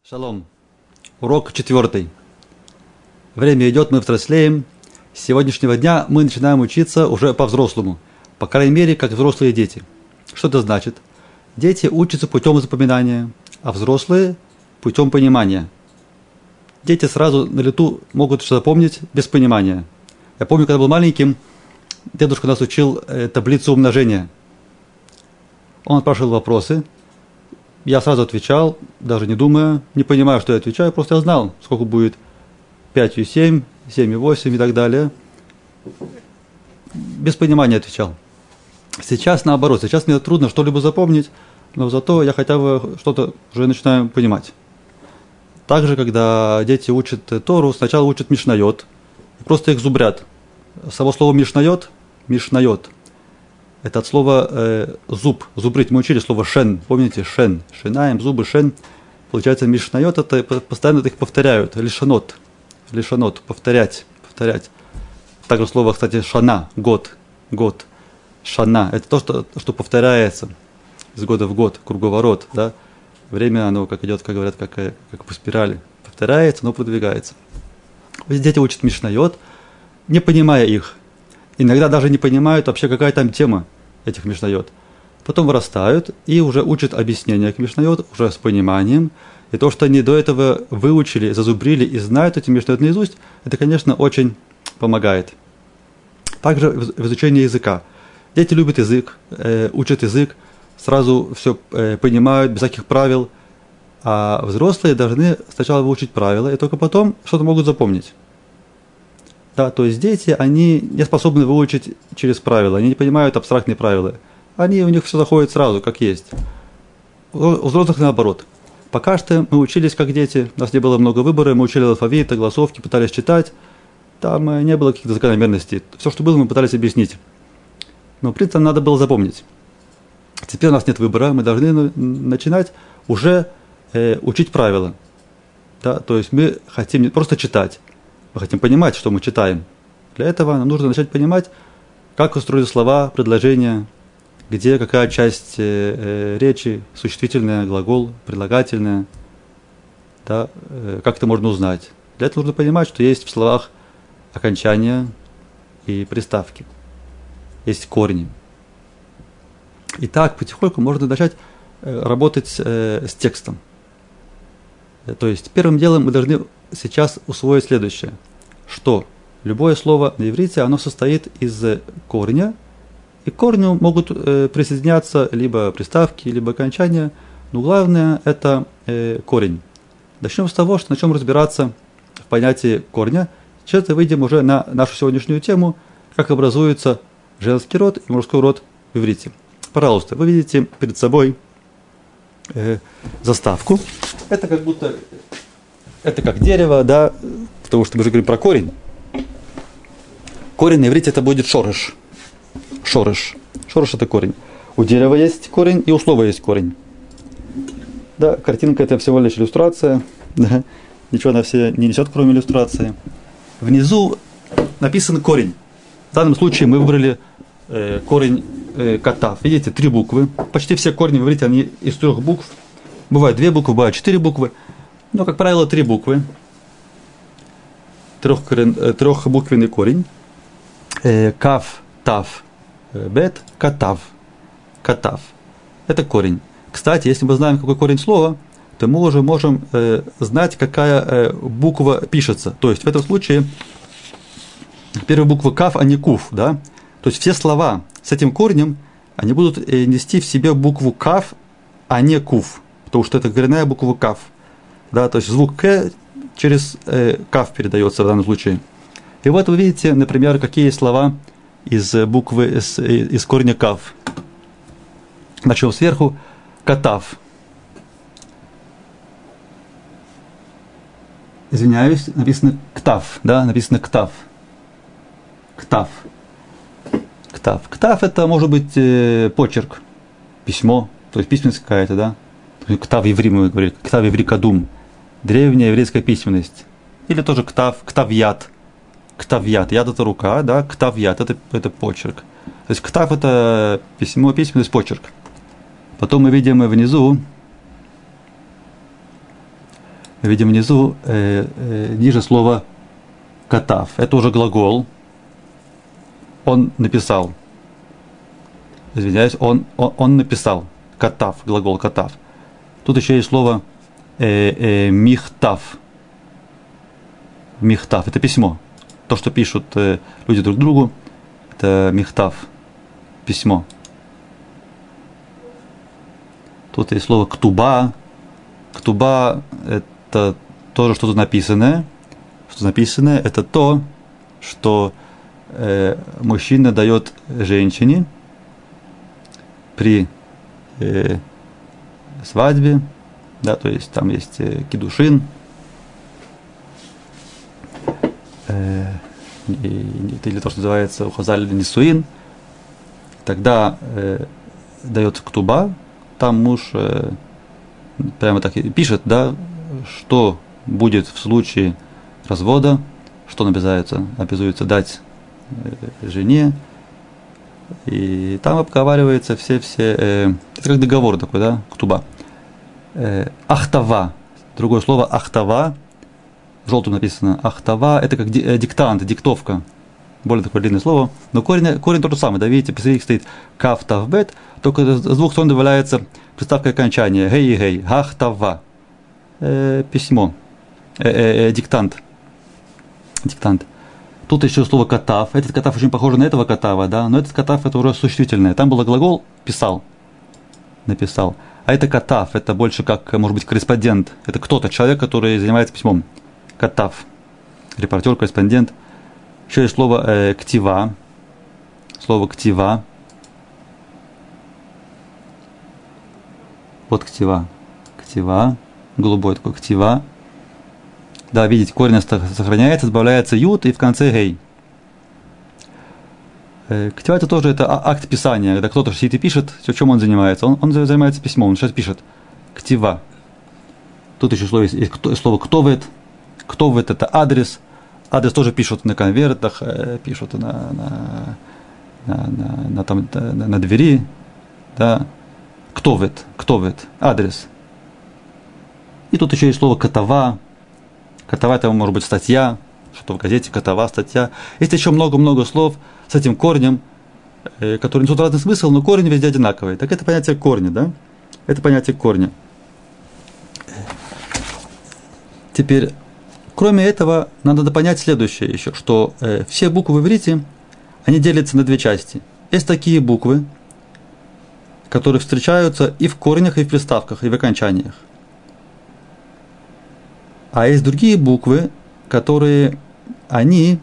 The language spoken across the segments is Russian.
Шалом. Урок 4. Время идет, мы взрослеем. С сегодняшнего дня мы начинаем учиться уже по-взрослому. По крайней мере, как взрослые дети. Что это значит? Дети учатся путем запоминания, а взрослые путем понимания. Дети сразу на лету могут что-то запомнить без понимания. Я помню, когда был маленьким, дедушка нас учил таблицу умножения. Он спрашивал вопросы. Я сразу отвечал, даже не думая, не понимая, что я отвечаю, просто я знал, сколько будет 5,7, 7,8 и так далее. Без понимания отвечал. Сейчас наоборот, сейчас мне трудно что-либо запомнить, но зато я хотя бы что-то уже начинаю понимать. Также, когда дети учат Тору, сначала учат мишнайот, просто их зубрят. Само слово мишнайот, это от слова зуб, зубрить. Мы учили слово шен, помните, шен, шинаем, зубы, шен. Получается, мишнайот, это постоянно их повторяют, лишанот, повторять. Также слово, кстати, шана, год, шана, это то, что повторяется из года в год, круговорот, да. Время, оно как идет, как говорят, как по спирали, повторяется, но продвигается. Дети учат мишнайот, не понимая их. Иногда даже не понимают вообще, какая там тема этих мишнайот. Потом вырастают и уже учат объяснения к мишнайот, уже с пониманием. И то, что они до этого выучили, зазубрили и знают эти мишнайот наизусть, это, конечно, очень помогает. Также в изучении языка. Дети любят язык, учат язык, сразу все понимают, без всяких правил. А взрослые должны сначала выучить правила, и только потом что-то могут запомнить. Да, то есть дети, они не способны выучить через правила, они не понимают абстрактные правила. У них все заходит сразу, как есть. У взрослых наоборот. Пока что мы учились как дети, у нас не было много выбора, мы учили алфавит, огласовки, пытались читать. Там не было каких-то закономерностей. Все, что было, мы пытались объяснить. Но, в принципе, надо было запомнить. Теперь у нас нет выбора, мы должны начинать уже учить правила. Да, то есть мы хотим не просто читать. Мы хотим понимать, что мы читаем. Для этого нам нужно начать понимать, как устроены слова, предложения, где какая часть речи, существительная, глагол, прилагательная, да, как это можно узнать. Для этого нужно понимать, что есть в словах окончания и приставки, есть корни. И так потихоньку можно начать работать с текстом. То есть первым делом мы должны сейчас усвоить следующее, что любое слово на иврите, оно состоит из корня, и к корню могут присоединяться либо приставки, либо окончания, но главное это корень. Начнем с того, что начнем разбираться в понятии корня. Сейчас выйдем уже на нашу сегодняшнюю тему, как образуется женский род и мужской род в иврите. Пожалуйста, вы видите перед собой заставку. Это как будто, это как дерево, да, потому что мы же говорим про корень. Корень на иврите это будет шореш. Шореш это корень. У дерева есть корень и у слова есть корень. Да, картинка это всего лишь иллюстрация. Да, ничего она все не несет, кроме иллюстрации. Внизу написан корень. В данном случае мы выбрали корень катав. Видите, 3 буквы. Почти все корни, вы видите, они из 3 букв. Бывают 2 буквы, бывают 4 буквы. Но, как правило, 3 буквы. Трехбуквенный корень. Кав, тав, бет, катав. Катав. Это корень. Кстати, если мы знаем, какой корень слова, то мы уже можем знать, какая буква пишется. То есть, в этом случае, первая буква кав, а не кув, да? То есть, все слова с этим корнем, они будут нести в себе букву кав, а не кув. Потому что это коренная буква кав. Да, то есть звук к через кав передается в данном случае. И вот вы видите, например, какие слова из буквы, из корня кав. Начнем сверху. Катав. Извиняюсь, написано ктав. Да, написано ктав. Ктав. Ктав. Ктав это может быть почерк, письмо, то есть письменность какая-то, да. Ктав еври, мы говорим, ктав еври кадум, древняя еврейская письменность. Или тоже ктав, ктавьят. Ктавьят, яд это рука, да, ктавьят это почерк. То есть ктав это письмо, письменность, почерк. Потом мы видим внизу Мы видим внизу, ниже слова «катав». Это уже глагол. Он написал. Извиняюсь, он написал. Катав, глагол «катав». Тут еще есть слово «михтав». Михтав – это письмо. То, что пишут люди друг другу, это михтав, письмо. Тут есть слово «ктуба». «Ктуба» – это тоже что-то написанное. Что написанное – это то, что мужчина дает женщине при свадьбе, да, то есть там есть кидушин, или то, что называется ухазаль нисуин, тогда дается ктуба, там муж прямо так и пишет, да, что будет в случае развода, что он обязуется дать жене, и там обговаривается все это как договор такой, да, ктуба. Ахтава, другое слово ахтава, желтым написано ахтава, это как диктант, диктовка, более такое длинное слово, но корень тот же самый, да, видите, посередине стоит каф тав бет, только с двух сторон добавляется приставка окончания, гей и гей, ахтава, письмо, диктант. Тут еще слово катав. Этот катав очень похож на этого катава, да, но этот катав это уже существительное. Там был глагол писал, написал. А это катав, это больше как, может быть, корреспондент. Это кто-то, человек, который занимается письмом. Катав. Репортер, корреспондент. Еще есть слово ктива. Слово ктива. Вот ктива. Ктива. Голубой такой ктива. Да, видите, корень сохраняется, добавляется ют и в конце гей. Ктива это тоже акт писания, когда кто-то сидит и пишет, в чем он занимается. Он занимается письмом, он сейчас пишет. Ктива. Тут еще есть слово ктовет. Ктовет это адрес. Адрес тоже пишут на конвертах, пишут на двери. Да. Ктовет, адрес. И тут еще есть слово катава. Катава это может быть статья, что в газете, катава, статья. Есть еще много-много слов с этим корнем, которые несут разный смысл, но корень везде одинаковый. Так это понятие корня, да? Это понятие корня. Теперь, кроме этого, надо понять следующее еще, что все буквы в иврите, они делятся на две части. Есть такие буквы, которые встречаются и в корнях, и в приставках, и в окончаниях. А есть другие буквы, которые, они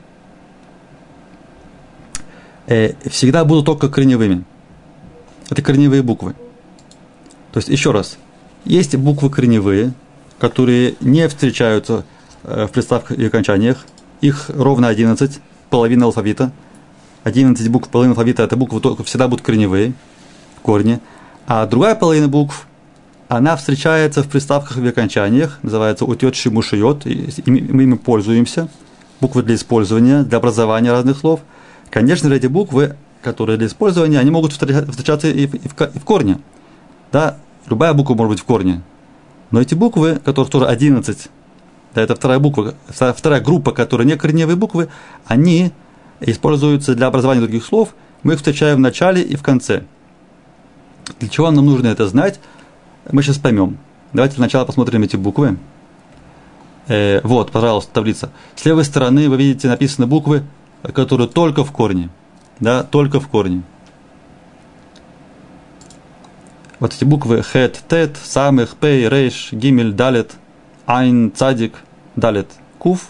всегда будут только корневыми. Это корневые буквы. То есть, еще раз, есть буквы корневые, которые не встречаются в приставках и окончаниях. Их ровно 11, половина алфавита. 11 букв, половина алфавита, это буквы только всегда будут корневые, корни. А другая половина букв, она встречается в приставках и окончаниях, называется утет шимушиот, мы ими пользуемся, буквы для использования, для образования разных слов. Конечно же, эти буквы, которые для использования, они могут встречаться и в корне. Да, любая буква может быть в корне. Но эти буквы, которых тоже 11, да, это вторая группа, которые не корневые буквы, они используются для образования других слов, мы их встречаем в начале и в конце. Для чего нам нужно это знать? Мы сейчас поймем. Давайте сначала посмотрим эти буквы. Вот, пожалуйста, таблица. С левой стороны вы видите написаны буквы, которые только в корне. Да, только в корне. Вот эти буквы хет, тет, самых, пей, рейш, гимель, далет, айн, цадик, далет, куф.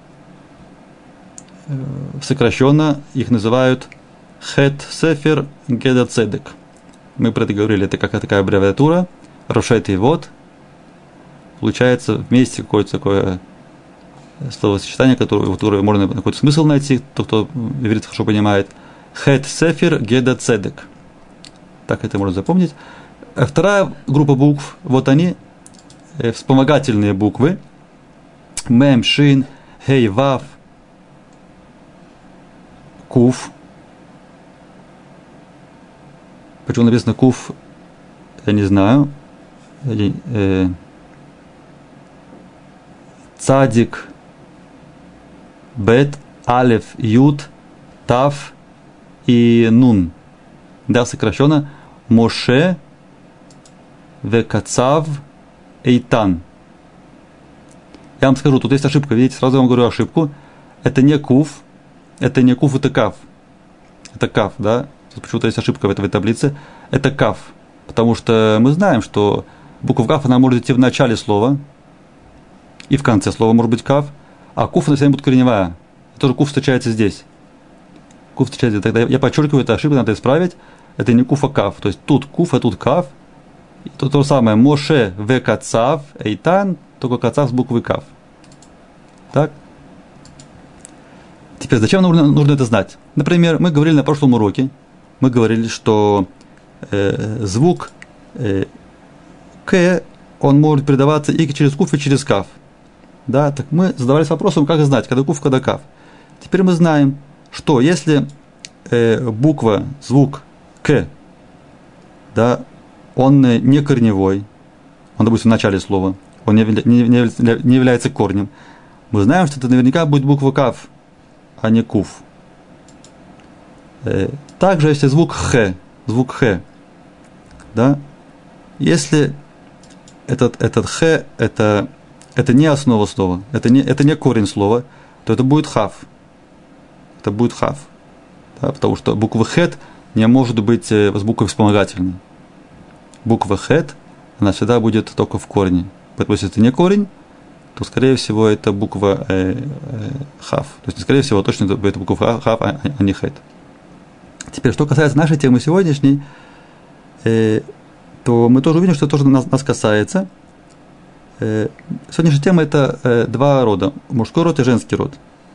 Сокращенно их называют хет, сефер, геда, цедек. Мы про это говорили, это какая такая аббревиатура. Рошет и вот. Получается вместе какое-то такое словосочетание, которое можно какой-то смысл найти, тот, кто иврит хорошо понимает. Хет сефер геда цедек. Так это можно запомнить. А вторая группа букв, вот они, вспомогательные буквы. Мем, шин, хей, вав, куф. Почему написано куф, я не знаю. цадик, бет, алеф, ют, тав и нун. Да, сокращенно Моше, векацав, эйтан. Я вам скажу, тут есть ошибка, видите, сразу я вам говорю ошибку. Это не куф, это каф. Это каф, да? Тут почему-то есть ошибка в этой таблице. Это каф, потому что мы знаем, что буква каф, она может идти в начале слова, и в конце слова может быть каф, а куф, она всегда будет корневая. И тоже куф встречается здесь. Куф встречается, тогда я подчеркиваю, это ошибка, надо исправить. Это не куф, а каф. То есть тут куф, а тут каф. И то же самое. Моше, векацав, эйтан, только кацав с буквы каф. Так? Теперь, зачем нужно это знать? Например, мы говорили на прошлом уроке, мы говорили, что звук к, он может передаваться и через куф, и через каф. Да? Так мы задавались вопросом, как знать, когда куф, когда каф. Теперь мы знаем, что если буква, звук к, да, он не корневой, он, допустим, в начале слова, он не является корнем, мы знаем, что это наверняка будет буква каф, а не куф. Также, если звук х, да, если этот х, это не основа слова, это не корень слова, то это будет хав. Это будет хав. Да, потому что буква хет не может быть с буквой вспомогательной. Буква хет, она всегда будет только в корне. Поэтому, если это не корень, то, скорее всего, это буква хав. То есть, скорее всего, точно это буква хав, а не хет. Теперь, что касается нашей темы сегодняшней, то мы тоже увидим, что это тоже нас касается. Сегодняшняя тема – это два рода – мужской род и женский род.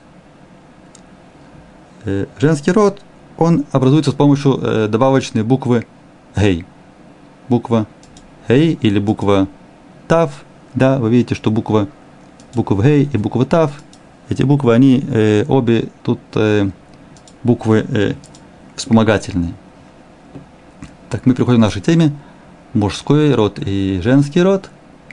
Женский род, он образуется с помощью добавочной буквы гей. Буква гей или буква тав. Да, вы видите, что буква гей и буква тав, эти буквы, они обе тут буквы вспомогательные. Так, мы приходим к нашей теме. Мужской род и женский род.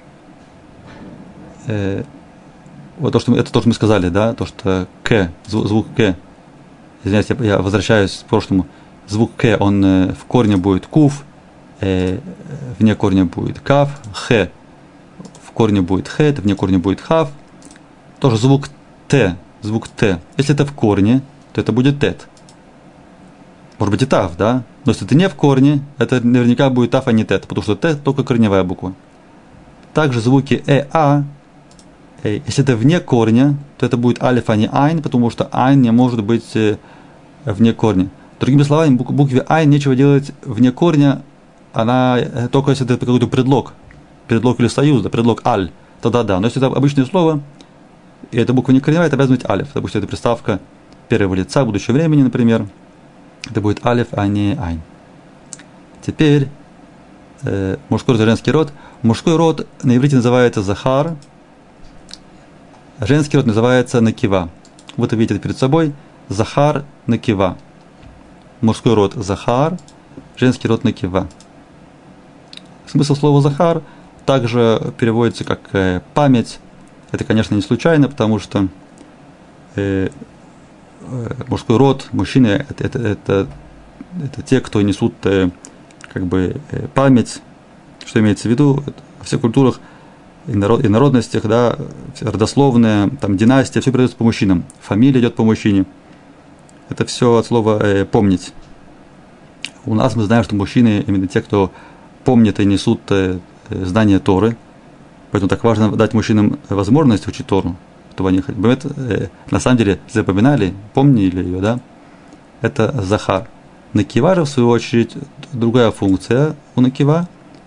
Вот это то, что мы сказали, да, то, что к, звук к, извиняюсь, я возвращаюсь к прошлому, звук к, он в корне будет куф, вне корня будет каф, х, в корне будет хет, вне корня будет хав. Тоже звук т, если это в корне, то это будет тет. Может быть и тав, да? Но если это не в корне, это наверняка будет тав, а не тет, потому что тет только корневая буква. Также звуки а, если это вне корня, то это будет алиф, а не айн, потому что айн не может быть вне корня. Другими словами, букве айн нечего делать вне корня, она только если это какой-то предлог или союз, да, предлог аль, тогда да. Но если это обычное слово, и эта буква не корневая, это обязан быть алиф. Допустим, это приставка первого лица будущего времени, например. Это будет алиф, а не айн. Теперь мужской род и женский род. Мужской род на иврите называется захар, а женский род называется накива. Вот вы видите это перед собой. Захар, накива. Мужской род захар, женский род накива. Смысл слова захар также переводится как память. Это, конечно, не случайно, потому что мужской род, мужчины, это те, кто несут память. Что имеется в виду? Во всех культурах и народностях, да, родословная, там, династия, все передается по мужчинам. Фамилия идет по мужчине. Это все от слова «помнить». У нас мы знаем, что мужчины именно те, кто помнят и несут знания Торы. Поэтому так важно дать мужчинам возможность учить Тору, чтобы они на самом деле запоминали, помнили ее, да. Это захар. Накива же, в свою очередь, другая функция у накива.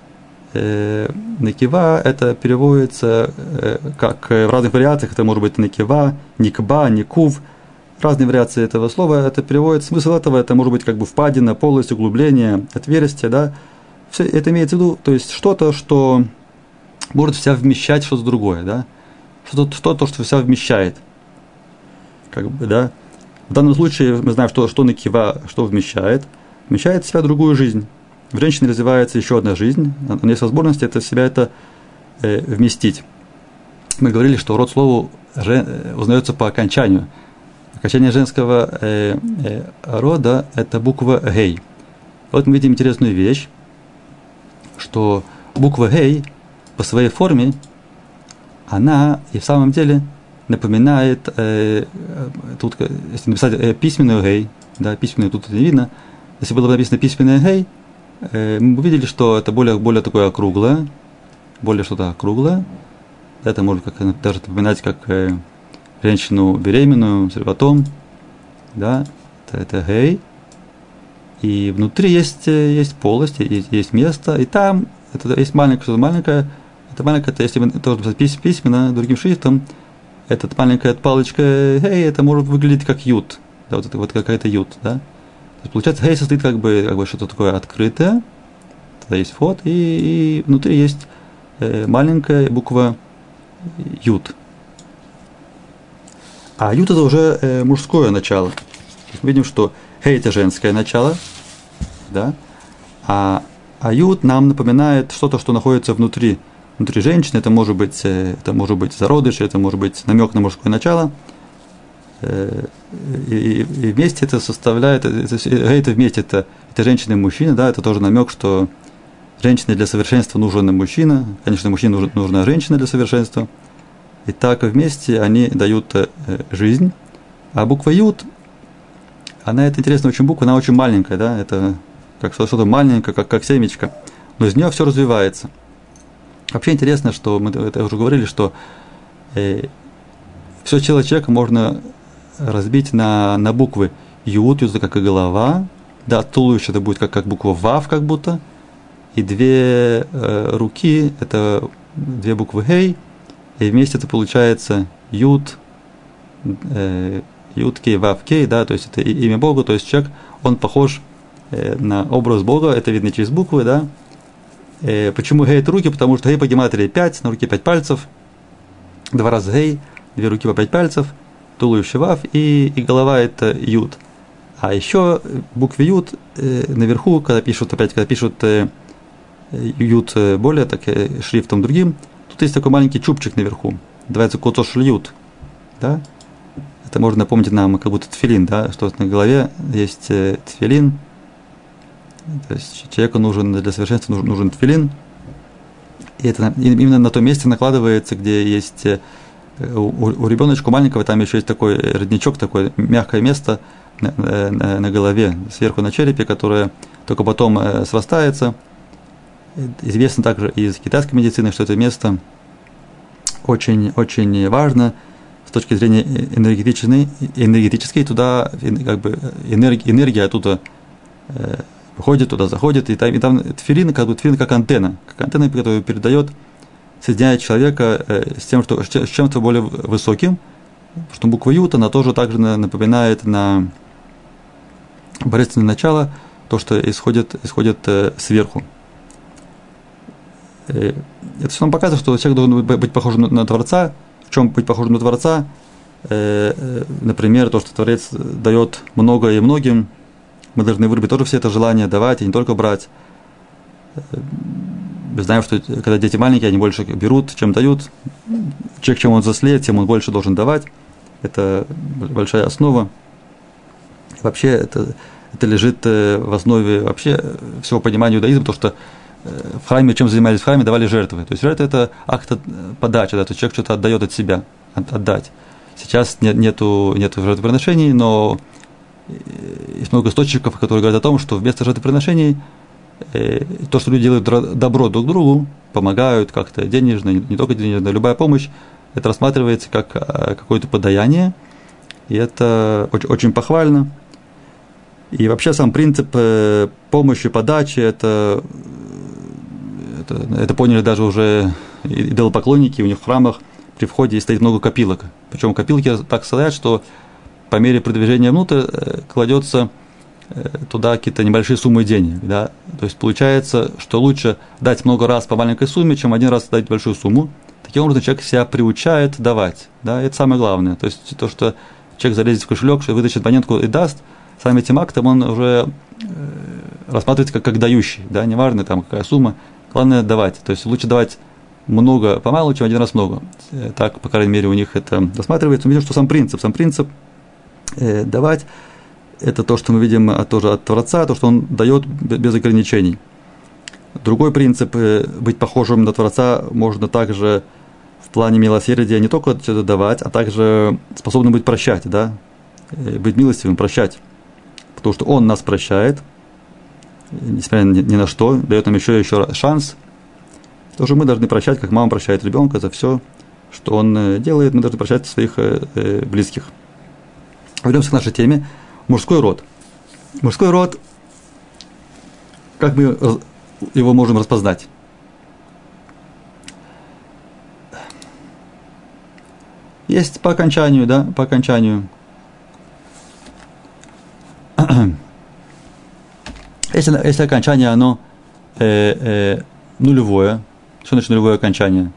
Накива это переводится как в разных вариациях, это может быть накива, никба, никув, разные вариации этого слова, это переводится, смысл этого, это может быть как бы впадина, полость, углубление, отверстие, да, все это имеется в виду, то есть что-то, что может в себя вмещать что-то другое, да, что-то, что в себя вмещает, как бы, да, в данном случае мы знаем, что накива, что вмещает в себя другую жизнь. В женщине развивается еще одна жизнь, у нее есть возможность в себя это вместить. мы говорили, что род слову узнается по окончанию. Окончание женского рода – это буква «гей». Вот мы видим интересную вещь, что буква «гей» по своей форме, она и в самом деле напоминает, тут, если написать письменную «гей», да, письменную тут не видно, если было бы написано письменное «гей», мы увидели, что это более такое округлое, более что-то округлое. Это может даже напоминать как женщину беременную с животом, да, это «гей». И внутри есть полость, есть место, и там это есть маленькое, что-то маленькое. Это маленькое, это если мы тоже написать письменно другим шрифтом, эта маленькая палочка «гей», это может выглядеть как «ют», да, вот это вот какая-то «ют», да. То есть получается «гей» состоит как бы что-то такое открытое, тогда есть вход, и внутри есть маленькая буква «ют». А «ют» это уже мужское начало. Мы видим, что «гей» это женское начало, да, а «ют» нам напоминает что-то, что находится внутри женщины. Это может быть зародыш, это может быть намек на мужское начало. И вместе это составляет, это вместе это женщина и мужчина, да, это тоже намек, что женщине для совершенства нужен мужчина, конечно, мужчине нужна женщина для совершенства. И так вместе они дают жизнь. А буква «ют», она, это интересная очень буква, она очень маленькая, да, это как что-то маленькое, как семечко, но из нее все развивается. Вообще интересно, что мы это уже говорили, что все тело человека можно разбить на буквы «ют», «ют» это как и голова, да, туловище это будет как буква «вав» как будто, и две руки это две буквы «гей», и вместе это получается «ют», «ют-кей», «вав-кей», да, то есть это имя Бога, то есть человек, он похож на образ Бога, это видно через буквы, да. Почему «гей» это руки? Потому что «гей» по гематрии 5, на руке 5 пальцев, 2 раза «гей», 2 руки по 5 пальцев, туловище «вав» и голова это «ют». А еще в букве «ют» наверху, когда пишут «ют» более так, шрифтом другим, тут есть такой маленький чубчик наверху, называется «котош ют», да. Это можно напомнить нам, как будто тфилин, да, что на голове есть тфилин. То есть человеку для совершенства нужен тфилин. И это именно на том месте накладывается, где есть у ребеночка маленького, там еще есть такой родничок, такое мягкое место на голове, сверху на черепе, которое только потом срастается. Известно также из китайской медицины, что это место очень, очень важно с точки зрения энергетической, туда как бы энергия оттуда выходит, туда заходит, и там тфилин как антенна, которая передает, соединяет человека с чем-то более высоким, потому что буква «ют», она тоже также напоминает на божественное начало, то, что исходит сверху. Это все нам показывает, что человек должен быть похожим на Творца. В чем быть похожим на Творца? Например, то, что Творец дает много и многим, мы должны вырубить тоже все это желание давать, и не только брать. Мы знаем, что когда дети маленькие, они больше берут, чем дают. Человек, чем он взрослеет, тем он больше должен давать. Это большая основа. Вообще, это лежит в основе вообще всего понимания иудаизма, потому что в храме, чем занимались в храме, давали жертвы. То есть жертва – это акт подачи, да, то есть человек что-то отдает от себя, отдать. Сейчас нету жертвоприношений, но есть много источников, которые говорят о том, что вместо жертвоприношений то, что люди делают добро друг другу, помогают как-то денежно, не только денежно, любая помощь, это рассматривается как какое-то подаяние, и это очень, очень похвально. И вообще сам принцип помощи, подачи, это поняли даже уже идолопоклонники, у них в храмах при входе стоит много копилок. Причем копилки так стоят, что по мере продвижения внутрь кладется туда какие-то небольшие суммы денег. Да? То есть получается, что лучше дать много раз по маленькой сумме, чем один раз дать большую сумму. Таким образом человек себя приучает давать. Да? Это самое главное. То есть то, что человек залезет в кошелек, что вытащит монетку и даст, самим этим актом он уже рассматривается как дающий. Да? Неважно, там, какая сумма. Главное давать. То есть лучше давать много помалу, чем один раз много. Так, по крайней мере, у них это рассматривается. Мы видим, что сам принцип давать, это то, что мы видим тоже от Творца, то, что он дает без ограничений. Другой принцип, быть похожим на Творца, можно также в плане милосердия не только что-то давать, а также способным быть прощать, да? Быть милостивым, прощать. Потому что он нас прощает, несмотря ни на что, дает нам еще шанс. Тоже мы должны прощать, как мама прощает ребенка за все, что он делает, мы должны прощать своих близких. Вернемся к нашей теме. Мужской род. Мужской род, как мы его можем распознать? Есть по окончанию, да, по окончанию. Если окончание, оно нулевое, что значит нулевое окончание?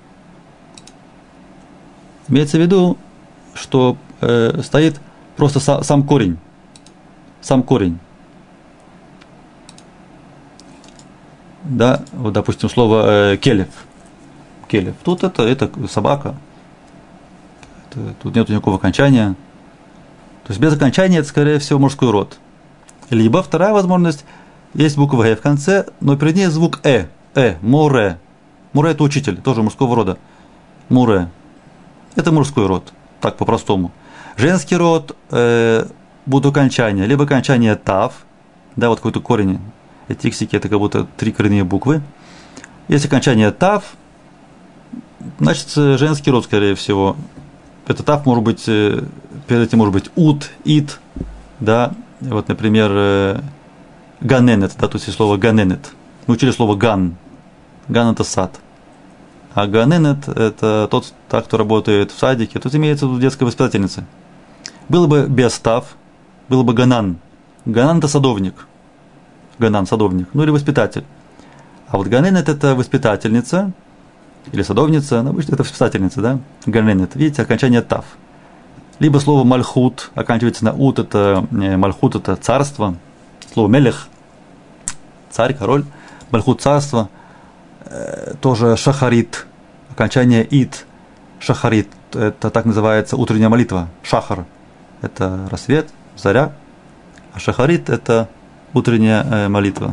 Имеется в виду, что стоит просто сам корень. Сам корень. Да, вот, допустим, слово келев. Келев. Тут это собака. Тут нет никакого окончания. То есть без окончания это, скорее всего, мужской род. Либо вторая возможность, есть буква «э» в конце, но перед ней звук море. Море – это учитель, тоже мужского рода. Море. Это мужской род, так по-простому. Женский род будут окончания, либо окончание тав, да, вот какой-то корень, эти иксики, это как будто 3 коренные буквы. Если окончание тав, значит, женский род, скорее всего. Это тав может быть, перед этим может быть ут, ит, да, вот, например, ганенет, да, то есть слово ганенет. Мы учили слово ган. Ган – это сад. А ганенет – это тот, кто работает в садике. Тут имеется в виду детская воспитательница. Было бы без тав, было бы ганан. Ганан – это садовник. Ганан – садовник, ну или воспитатель. А вот ганенет – это воспитательница или садовница, обычно это воспитательница, да? Ганенет, видите, окончание тав. Либо слово мальхут оканчивается на ут, это мальхут – это царство. Слово мелех – царь, король. Мальхут – царство. Тоже шахарит, окончание ит, шахарит, это так называется утренняя молитва, шахар, это рассвет, заря, а шахарит это утренняя молитва,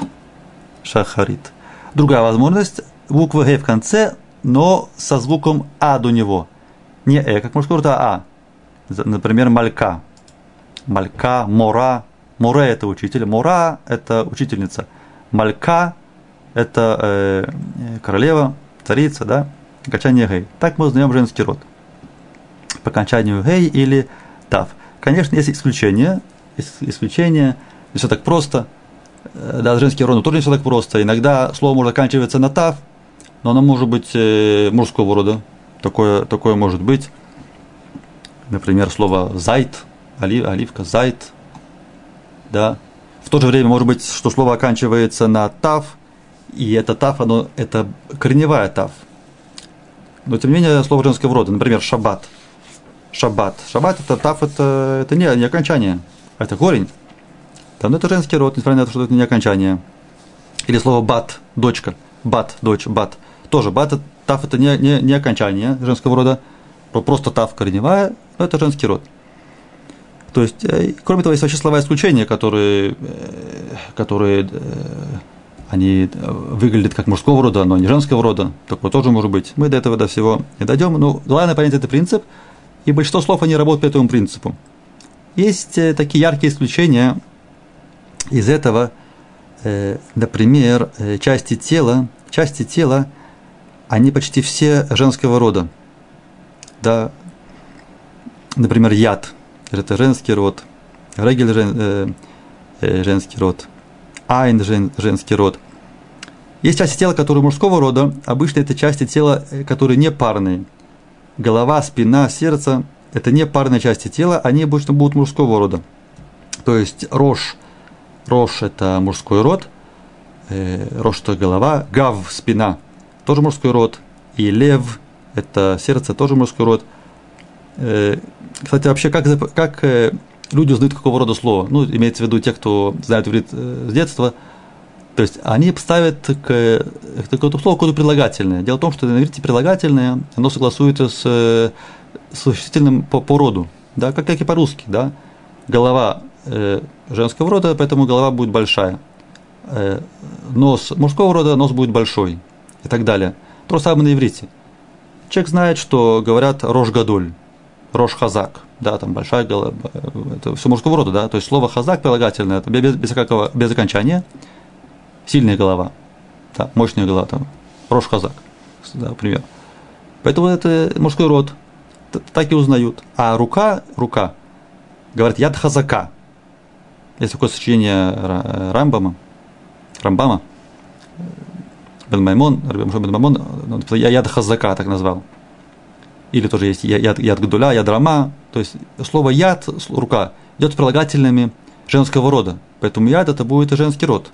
шахарит. Другая возможность, буква г в конце, но со звуком а до него, не как мужской род, а. Например, малька, мора, море это учитель, мора это учительница, малька это королева, царица, да, окончание гей. Так мы узнаем женский род. По окончанию гей или тав. Конечно, есть исключения. Не все так просто. Да, женский род тоже не все так просто. Иногда слово может оканчиваться на тав, но оно может быть мужского рода. Такое может быть. Например, слово зайт, оливка, зайт. Да. В то же время может быть, что слово оканчивается на тав, и это тав, это корневая тав. Но тем не менее слово женского рода. Например, шаббат. Шаббат это тав, это не окончание, это корень. Да, но это женский род, несмотря на то, что это не окончание. Или слово бат, дочка. Бат, дочь, бат. Тоже бат, тав это не окончание женского рода. Просто тав корневая, но это женский род. То есть, кроме того, есть вообще слова исключения, которые они выглядят как мужского рода, но не женского рода. Такое тоже может быть. Мы до этого, до всего не дойдем. Но главное понять этот принцип. И большинство слов, они работают по этому принципу. Есть такие яркие исключения из этого. Например, части тела, они почти все женского рода. Да. Например, яд. Это женский род. Регель женский род. Айн женский род. Есть части тела, которые мужского рода. Обычно это части тела, которые не парные. Голова, спина, сердце – это не парные части тела, они обычно будут мужского рода. То есть рош – это мужской род, рош – это голова, гав – спина – тоже мужской род, и лев – это сердце – тоже мужской род. Кстати, вообще, как люди узнают, какого рода слово? Ну, имеется в виду те, кто знает иврит с детства. То есть они ставят к этому слову какое-то прилагательное. Дело в том, что на иврите прилагательное, оно согласуется с существительным по роду, да, как и по-русски, да. Голова женского рода, поэтому голова будет большая. Нос мужского рода, нос будет большой и так далее. То же самое на иврите. Человек знает, что говорят рош гадоль, рош хазак, да, там большая голова, это все мужского рода, да, то есть слово хазак прилагательное, это без окончания, сильная голова, да, мощная голова, там, рош хазак, да, например. Поэтому это мужской род, так и узнают. А рука, говорят яд хазака. Есть такое сочинение Рамбама, Бен Маймон, я яд хазака так назвал. Или тоже есть яд гдуля, яд рама. То есть слово яд, рука, идет с прилагательными женского рода. Поэтому яд это будет и женский род.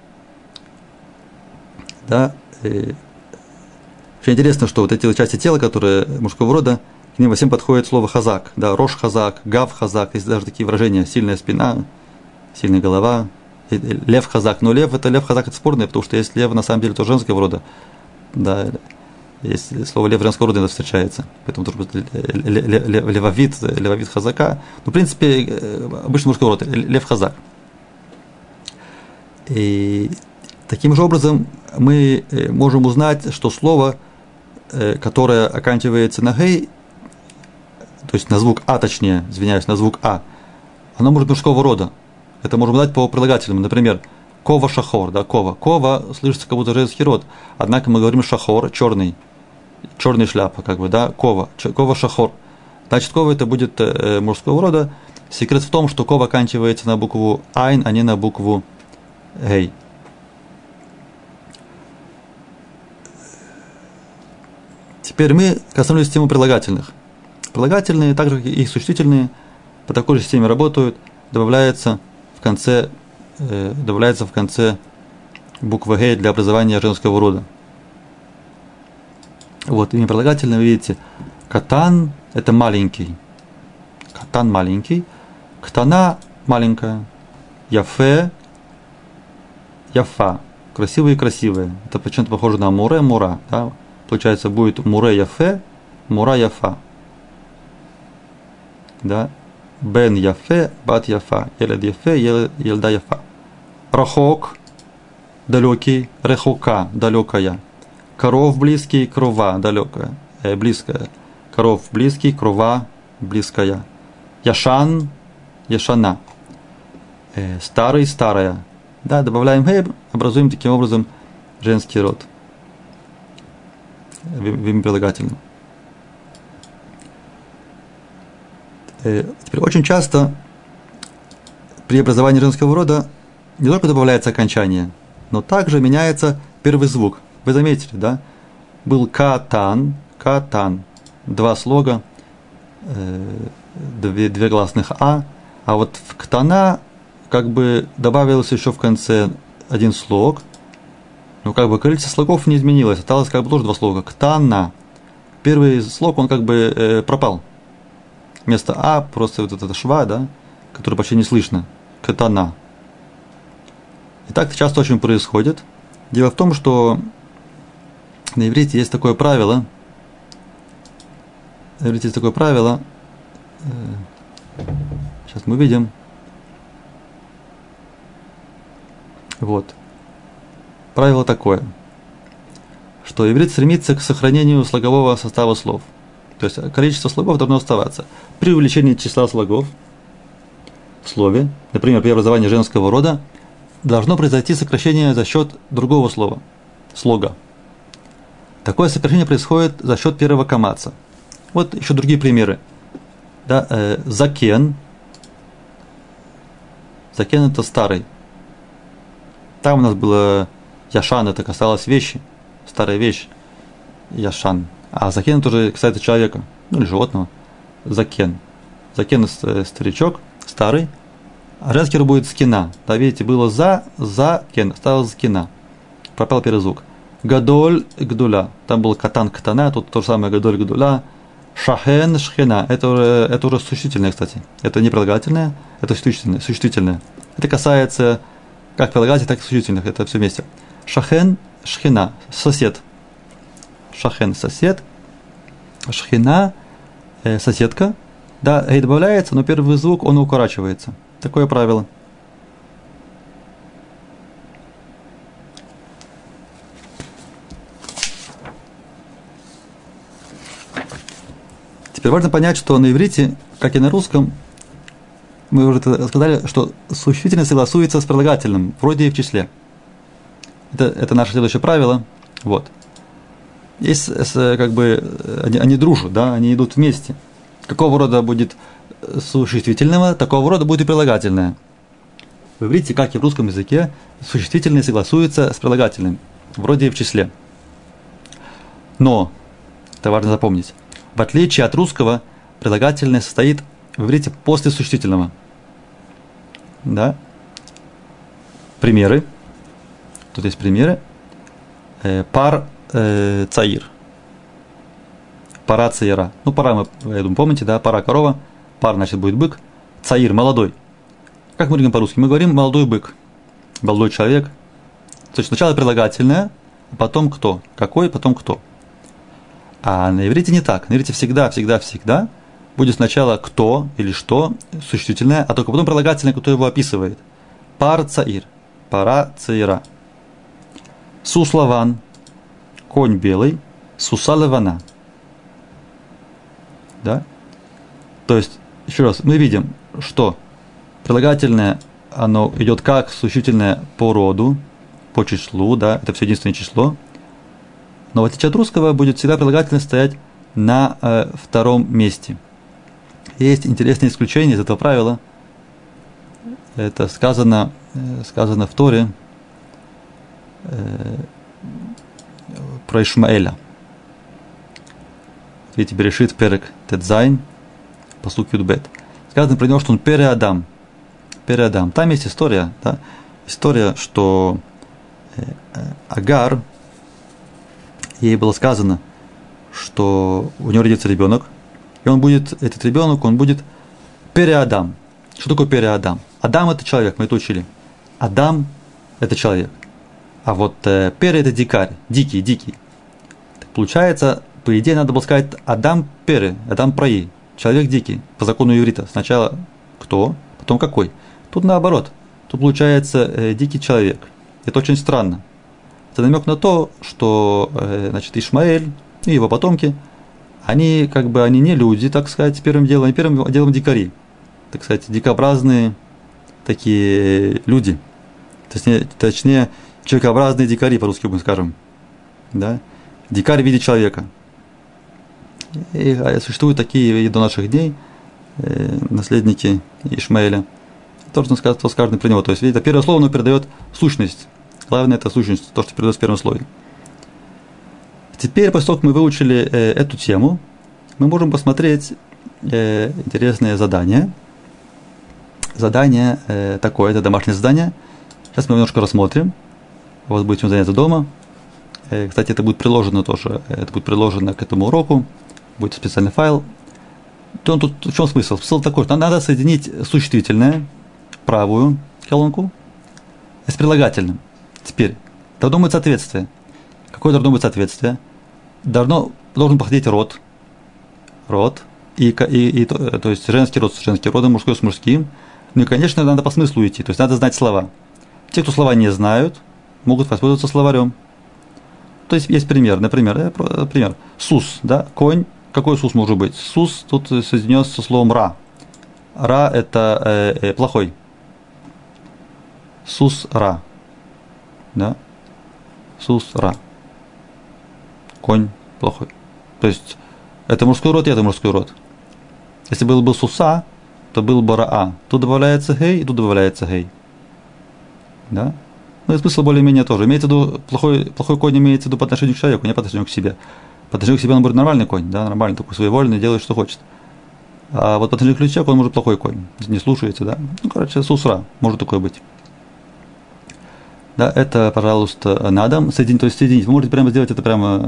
Да. Очень интересно, что вот эти части тела, которые мужского рода, к ним всем подходит слово хазак. Да, рош хазак, гав хазак. Есть даже такие выражения: сильная спина, сильная голова. Лев хазак, но лев хазак это спорное, потому что есть лев на самом деле тоже женского рода, да, есть слово лев женского рода встречается, поэтому тоже левовид хазака, но в принципе обычно мужского рода, лев хазак. И таким же образом мы можем узнать, что слово, которое оканчивается на гей, то есть на звук а, точнее, извиняюсь, на звук а, оно может быть мужского рода. Это можем дать по прилагательным. Например, кова шахор, да, кова. Кова слышится как будто женский род. Однако мы говорим шахор, черный шляпа, как бы, да, кова шахор. Значит, кова это будет мужского рода. Секрет в том, что кова оканчивается на букву айн, а не на букву гей. Теперь мы коснулись темы прилагательных. Прилагательные, так же как и существительные, по такой же системе работают. Добавляется в конце буква «гей» для образования женского рода. Вот, имя прилагательное, вы видите, катан – это маленький. Катан – маленький. Ктана – маленькая. Яфе – яфа. Красивые и красивые. Это почему-то похоже на муре – мура. Да? Получается, будет муре яфе, мура яфа. Да? Бен яфе, бат яфа, елед яфе, елда яфа. Рахок, далекий, рехока, далекая. Коров близкий, крова, далекая, близкая. Коров близкий, крова, близкая. Яшан, яшана. Старый, старая. Да, добавляем хей, образуем таким образом женский род. В имя прилагательном. Теперь очень часто при образовании женского рода не только добавляется окончание, но также меняется первый звук. Вы заметили, да? Был катан, два слога, две гласных а вот в ктана как бы добавился еще в конце один слог, но как бы количество слогов не изменилось, осталось как бы тоже два слога. Ктана. Первый слог, он как бы пропал. Вместо а просто вот эта шва, да, которую почти не слышно. Катана. И так часто очень происходит. Дело в том, что на иврите есть такое правило. Сейчас мы видим. Вот. Правило такое, что иврит стремится к сохранению слогового состава слов. То есть количество слогов должно оставаться. При увеличении числа слогов в слове, например, при образовании женского рода, должно произойти сокращение за счет другого слога. Такое сокращение происходит за счет первого камаца. Вот еще другие примеры. Да, закен. Закен это старый. Там у нас было яшан, это касалось вещи, старая вещь. Яшан. А закен тоже касается человека, ну или животного. Закен. Закен старичок, старый. А женский род будет скина. Да, видите, было за-кен, осталось скина. Пропал первый звук. Гадоль, гдуля. Там был катан, катана, тут то же самое гадоль, гдуля. Шахен, шхена. Это уже существительное, кстати. Это не прилагательное, это существительное. Это касается как прилагательных, так и существительных, это все вместе. Шахен, шхина, сосед. Шахен, сосед. Шхина, соседка. Да, гей добавляется, но первый звук, он укорачивается. Такое правило. Теперь важно понять, что на иврите, как и на русском, мы уже сказали, что существительное согласуется с прилагательным, вроде и в числе. Это наше следующее правило. Вот. Есть, как бы, они дружат, да, они идут вместе. Какого рода будет существительного, такого рода будет и прилагательное. В иврите, как и в русском языке, существительное согласуется с прилагательным, вроде и в числе. Но, это важно запомнить, в отличие от русского, прилагательное состоит в иврите после существительного. Да? Примеры. Тут есть примеры. Пар цаир. Пара цаира. Ну, пара, я думаю, помните, да? Пара корова. Пар, значит, будет бык. Цаир, молодой. Как мы говорим по-русски? Мы говорим молодой бык. Молодой человек. То есть сначала прилагательное, а потом кто. Какой, потом кто. А на иврите не так. На иврите всегда будет сначала кто или что, существительное, а только потом прилагательное, которое его описывает. Пар цаир. Пара цаира. Суславан. Конь белый. Суса левана. Да? То есть, еще раз, мы видим, что прилагательное, оно идет как существительное по роду, по числу, да, это все единственное число. Но в отличие от русского будет всегда прилагательное стоять на втором месте. Есть интересное исключение из этого правила. Это сказано в Торе про Ишмаэля. Видите, Берешит перек Тедзайн, пасук Юдбет. Сказано про него, что он Переадам. Переадам. Там есть история, да? История, что Агар, ей было сказано, что у него родится ребенок, и этот ребенок будет Переадам. Что такое Переадам? Адам – это человек, мы это учили. Адам – это человек. А вот Пере – это дикарь, дикий. Так получается, по идее, надо было сказать Адам Пере, Адам Праи, человек дикий, по закону иврита. Сначала кто, потом какой. Тут наоборот. Тут получается дикий человек. Это очень странно. Это намек на то, что значит, Ишмаэль и его потомки, они не люди, так сказать, первым делом дикари. Так сказать, дикообразные такие люди. Точнее, человекообразные дикари, по-русски мы скажем. Да? Дикарь в виде человека. И существуют такие и до наших дней наследники Ишмаэля. Тоже сказано про него. То есть, видите, первое слово оно передает сущность. Главное, это сущность, то, что передает в первом слове. Теперь, после того, как мы выучили эту тему, мы можем посмотреть интересное задание. Задание такое, это домашнее задание. Сейчас мы немножко рассмотрим. У вас будет чем заняться дома. Кстати, это будет приложено тоже. Это будет приложено к этому уроку. Будет специальный файл. Тут в чем смысл? Смысл такой, что надо соединить существительное, правую колонку, с прилагательным. Теперь, должно быть соответствие. Какое должно быть соответствие? Должен подходить род. То есть женский род с женским родом, мужской с мужским. Ну и, конечно, надо по смыслу идти. То есть надо знать слова. Те, кто слова не знают, могут воспользоваться словарем. То есть есть пример. Например, сус, да, конь. Какой сус может быть? Сус тут соединен со словом ра. Ра – это плохой. Сус ра. Да? Сус ра. Конь плохой. То есть это мужской род и это мужской род. Если был бы суса, то был бы раа. Тут добавляется гей, и тут добавляется гей. Да? Ну и смысл более-менее тоже. Имеется в виду, плохой конь имеется в виду по отношению к человеку, не по отношению к себе. По отношению к себе он будет нормальный конь, да, нормальный, такой своевольный, делает, что хочет. А вот по отношению к человеку он может плохой конь, не слушается, да. Ну, короче, сусра, может такое быть. Да, это, пожалуйста, надо соединить. Вы можете прямо сделать это прямо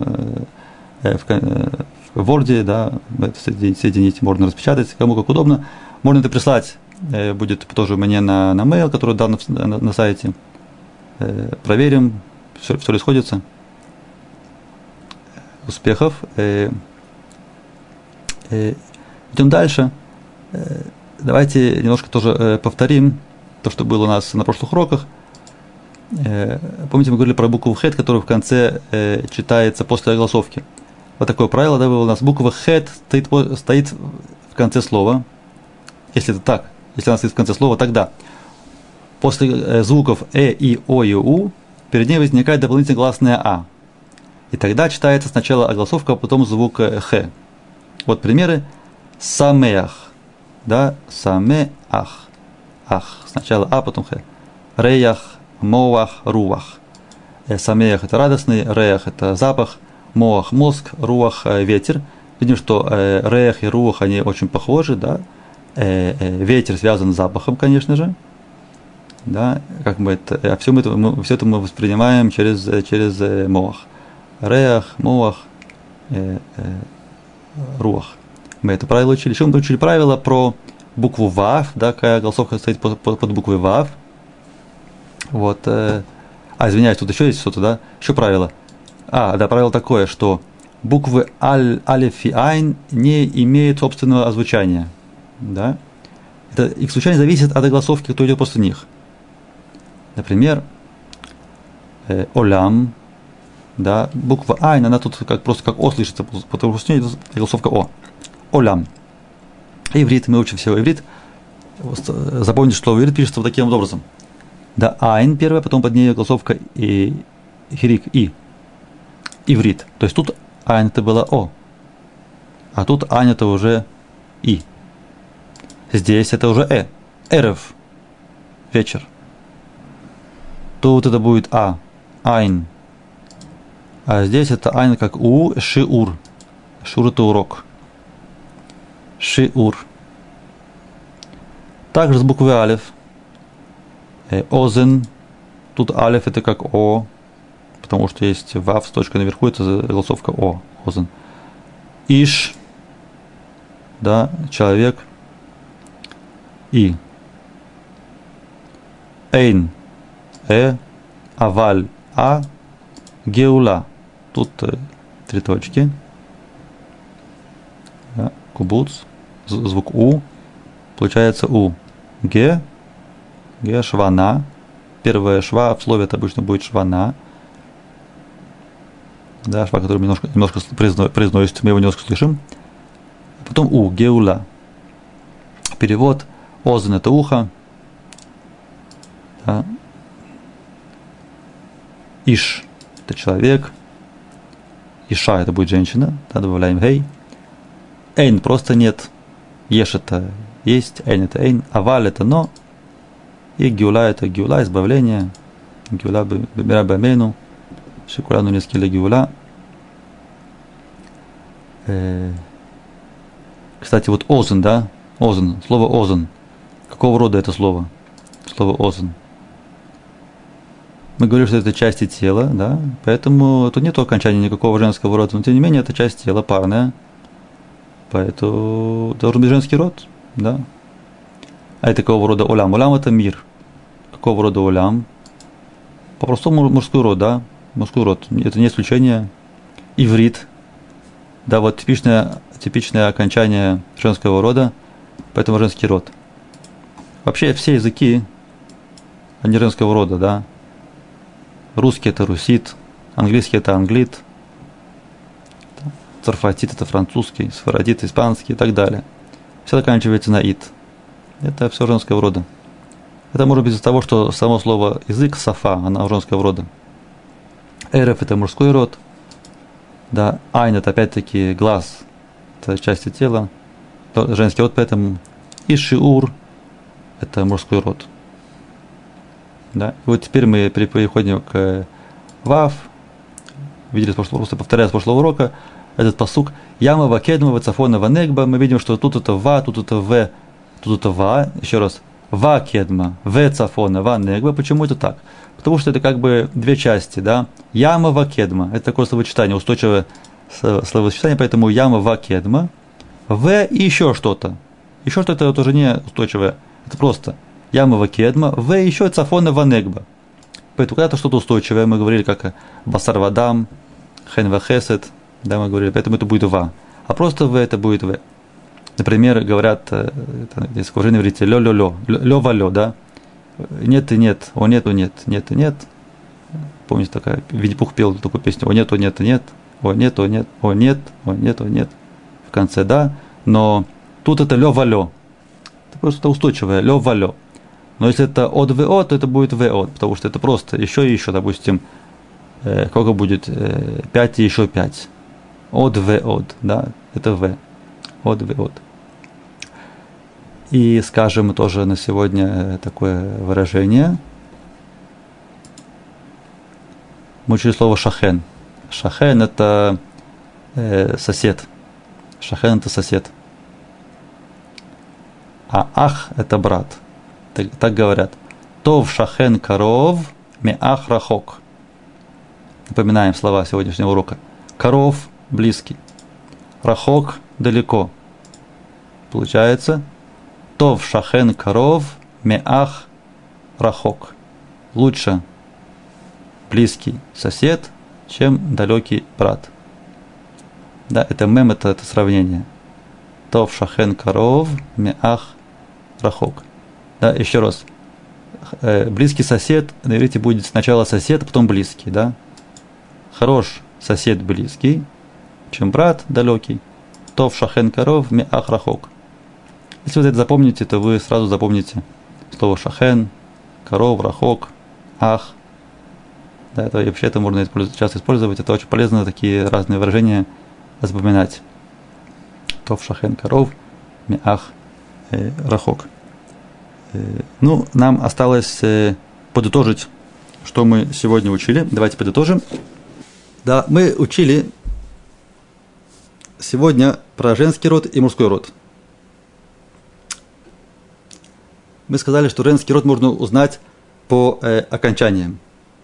в Word, да, соединить, можно распечатать, кому как удобно. Можно это прислать, будет тоже мне на mail, который дан на сайте. проверим, все ли сходится. Успехов. Идем дальше. Давайте немножко тоже повторим то, что было у нас на прошлых уроках. Помните, мы говорили про букву хет, которая в конце читается после огласовки. Вот такое правило, да, было у нас. Буква хет стоит в конце слова. Если это так, если она стоит в конце слова, тогда после звуков и, о и у перед ней возникает дополнительно гласная а. И тогда читается сначала огласовка, а потом звук х. Вот примеры. Самеах. Да, самеах. Ах. Сначала а, потом х. Реях, моах, руах. Самеах – это радостный, реях – это запах, моах – мозг, руах – ветер. Видим, что реях и руах, они очень похожи, да. Ветер связан с запахом, конечно же. Да, как мы это, все это мы воспринимаем через моах. Реах, моах, руах. Мы это правило учили. Еще мы учили правило про букву вав, да, какая голосовка стоит под буквой вав. Вот. Извиняюсь, тут еще есть что-то, да? Еще правило. Да, правило такое, что буквы алеф и айн не имеют собственного озвучания. Да? Их звучание зависит от огласовки, кто идет после них. Например, олям, да, буква айн, она тут просто как о слышится, потому что у нее идет огласовка о. Олям. Иврит, мы учим всего иврит. Запомните, что иврит пишется вот таким вот образом. Да, айн первая, потом под ней огласовка и хирик и. Иврит. То есть тут айн это было о, а тут айн это уже и. Здесь это уже эрев, вечер. Тут это будет айн. А здесь это айн как у, шиур. Шиур это урок. Шиур. Также с буквы алеф. Озен. Тут алеф это как о, потому что есть вав с точкой наверху, это голосовка о. Озен. Иш. Да, человек. И. Эйн. Аваль. Геула. Тут 3 точки. Да, кубуц. Звук у. Получается у. Ге. Швана. Первая шва в слове это обычно будет швана. Да, шва, который немножко произносится, мы его немножко слышим. Потом у. Геула. Перевод. Озен это ухо. Да. Иш это человек. Иша это будет женщина. Да, добавляем гей. Эйн просто нет. Еш это есть. Эйн это эйн. Аваль это но. И геула это геула, избавление. Геула бемира бамейну. Шикурану нескили геула. Кстати, вот озен, да? Озен. Слово озен. Какого рода это слово? Слово озен. Мы говорим, что это части тела, да? Поэтому тут нет окончания никакого женского рода. Но тем не менее, это часть тела, парная. Поэтому должен быть женский род, да? А это какого рода олям? Олям это мир. Какого рода олям? По-простому мужской род, да? Мужской род. Это не исключение. Иврит. Да, вот типичное окончание женского рода, поэтому женский род. Вообще все языки, они женского рода, да? Русский это русит, английский это англит, царфатит это французский, сфарадит испанский и так далее. Все заканчивается на ит. Это все женского рода. Это может быть из-за того, что само слово язык, сафа, она женского рода. Эреф это мужской род. Да, айн это опять-таки глаз, это части тела, женский род, поэтому и шиур это мужской род. Да. И вот теперь мы переходим к вав. Видели, просто повторяя с прошлого урока, этот пасук яма вакедма вацафона ванегба. Мы видим, что тут это ва, тут это в, тут это ва. Еще раз. Вакедма, вецафона, ванегба. Почему это так? Потому что это как бы две части, да. Яма вакедма. Это такое словосочетание, устойчивое словосочетание, поэтому яма вакедма. В и еще что-то. Еще что-то это уже не устойчивое. Это просто яма вакедма. В еще цафона ванегба. Поэтому когда-то что-то устойчивое, мы говорили, как басар вадам, хен вахесет, да, мы говорили, поэтому это будет ва. А просто в это будет в. Например, говорят, здесь уже на иврите, лё-ва-лё, да? Нет и нет, о нет, нет, нет и нет. Помните, такая, Винни-Пух пел такую песню, о нет, о нет, нет, о нет, о нет, о нет, о нет, о нет. В конце, да, но тут это лё-ва-лё. Это просто устойчивое, лё-ва-лё. Но если это от ВО, то это будет ВО, потому что это просто еще и еще, допустим, сколько будет 5 и еще 5. От ВО, да, это В. От ВО. И скажем тоже на сегодня такое выражение. Мы учили слово шахен. Шахен это сосед. Шахен это сосед. А ах это брат. Так говорят. Тов шахен каров ме ах рахок. Напоминаем слова сегодняшнего урока. Каров близкий. Рахок далеко. Получается Тов шахен каров ме ах рахок. Лучше близкий сосед, чем далекий брат. Да, это мем, это сравнение. Тов шахен каров ме ах рахок. Да, еще раз. Близкий сосед, на иврите будет сначала сосед, а потом близкий, да? Хорош сосед близкий, чем брат далекий. Тов шахен каров ме ах рахок. Если вы это запомните, то вы сразу запомните слово шахен, каров, рахок, ах. Да, это вообще это можно часто использовать. Это очень полезно, такие разные выражения запоминать. Тов шахен каров ме ах рахок. Ну, нам осталось подытожить, что мы сегодня учили. Давайте подытожим. Да, мы учили сегодня про женский род и мужской род. Мы сказали, что женский род можно узнать по окончаниям.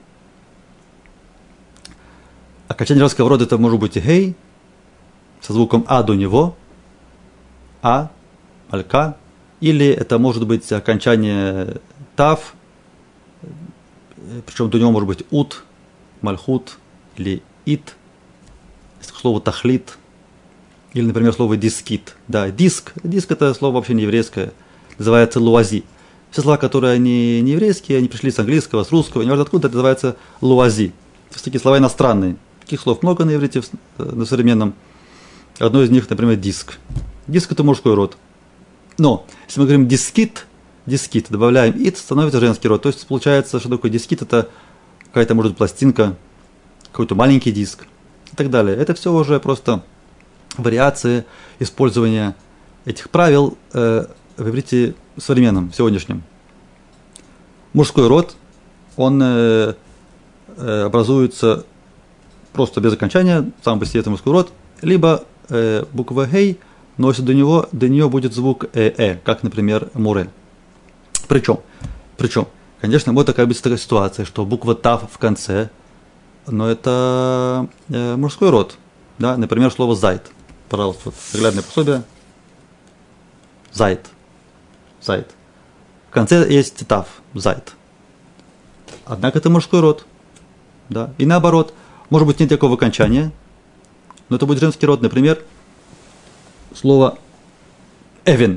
Окончание женского рода это может быть гей со звуком а до него, а, алька, или это может быть окончание тав, причем до него может быть ут, мальхут или ит, слово тахлит, или, например, слово дискит. Да, диск это слово вообще не еврейское, называется луази. Все слова, которые они не еврейские, они пришли с английского, с русского, не важно откуда, это называется луази. То есть такие слова иностранные. Таких слов много на иврите, на современном. Одно из них, например, диск. Диск это мужской род. Но, если мы говорим дискит, добавляем ит, становится женский род. То есть получается, что такое дискит, это какая-то, может, пластинка, какой-то маленький диск и так далее. Это все уже просто вариации использования этих правил в иврите современном, сегодняшнем. Мужской род, он образуется просто без окончания, сам по себе это мужской род, либо буква гей, но если до нее будет звук как, например, муре. Причем, конечно, вот такая ситуация, что буква тав в конце, но это мужской род. Да? Например, слово зайд. Пожалуйста, вот, наглядное пособие. Зайд. В конце есть тав, зайд. Однако это мужской род. Да? И наоборот, может быть, нет такого окончания, но это будет женский род. Например, слово эвен,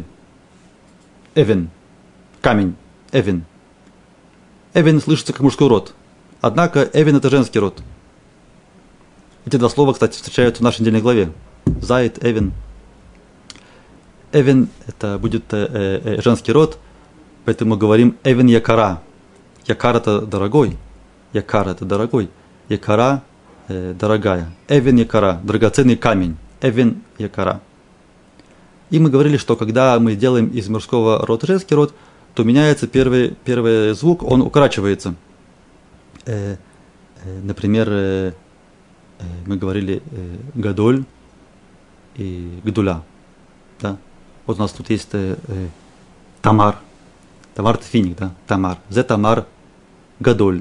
камень, эвен. Эвен слышится как мужской род, однако эвен это женский род. Эти два слова, кстати, встречаются в нашей недельной главе. Зайд, эвен. Эвен это будет женский род, поэтому мы говорим эвен якара. Якар это дорогой. Якара дорогая. Эвен якара, драгоценный камень. Эвен якара. И мы говорили, что когда мы делаем из мужского рода женский род, то меняется первый звук, он укорачивается. Например, мы говорили гадоль и гдуля. Да? Вот у нас тут есть тамар. Тамар это финик, да? Тамар. Зе тамар гадоль.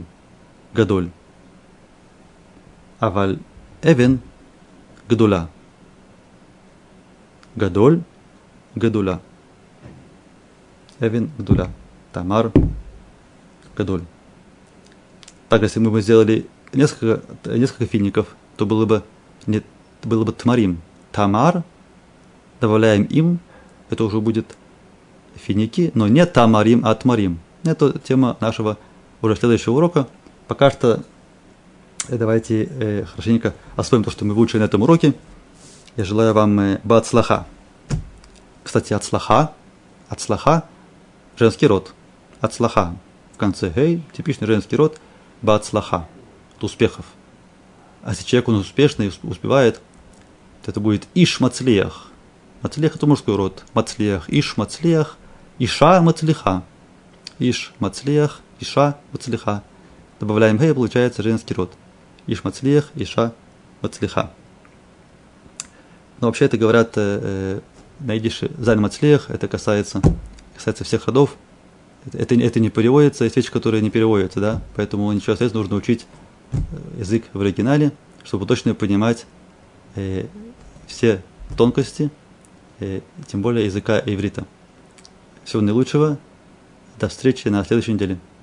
Аваль эвен гдуля. Гадоль, гадуля. Эвен гдуля. Тамар гадоль. Так, если мы бы сделали несколько фиников, то было бы тмарим. Тамар, добавляем им, это уже будет финики, но не тамарим, а тмарим. Это тема нашего уже следующего урока. Пока что давайте хорошенько освоим то, что мы выучили на этом уроке. Я желаю вам бацлаха. Кстати, ацлаха, женский род. Ацлаха. В конце гей, типичный женский род. Бацлаха. От успехов. А если человек он успешный, успевает, то это будет иш мацлиях. Мацлиях это мужской род. Мацлиях, иш мацлиях, иша мацлиха. Иш мацлиях, иша мацлиха. Добавляем гей, получается женский род. Иш мацлиях, иша мацлиха. Но вообще это говорят на идише заль мацлиях, это касается всех родов. Это не переводится, есть вещи, которые не переводятся, да? Поэтому ничего остается, нужно учить язык в оригинале, чтобы точно понимать все тонкости, тем более языка иврита. Всего наилучшего. До встречи на следующей неделе.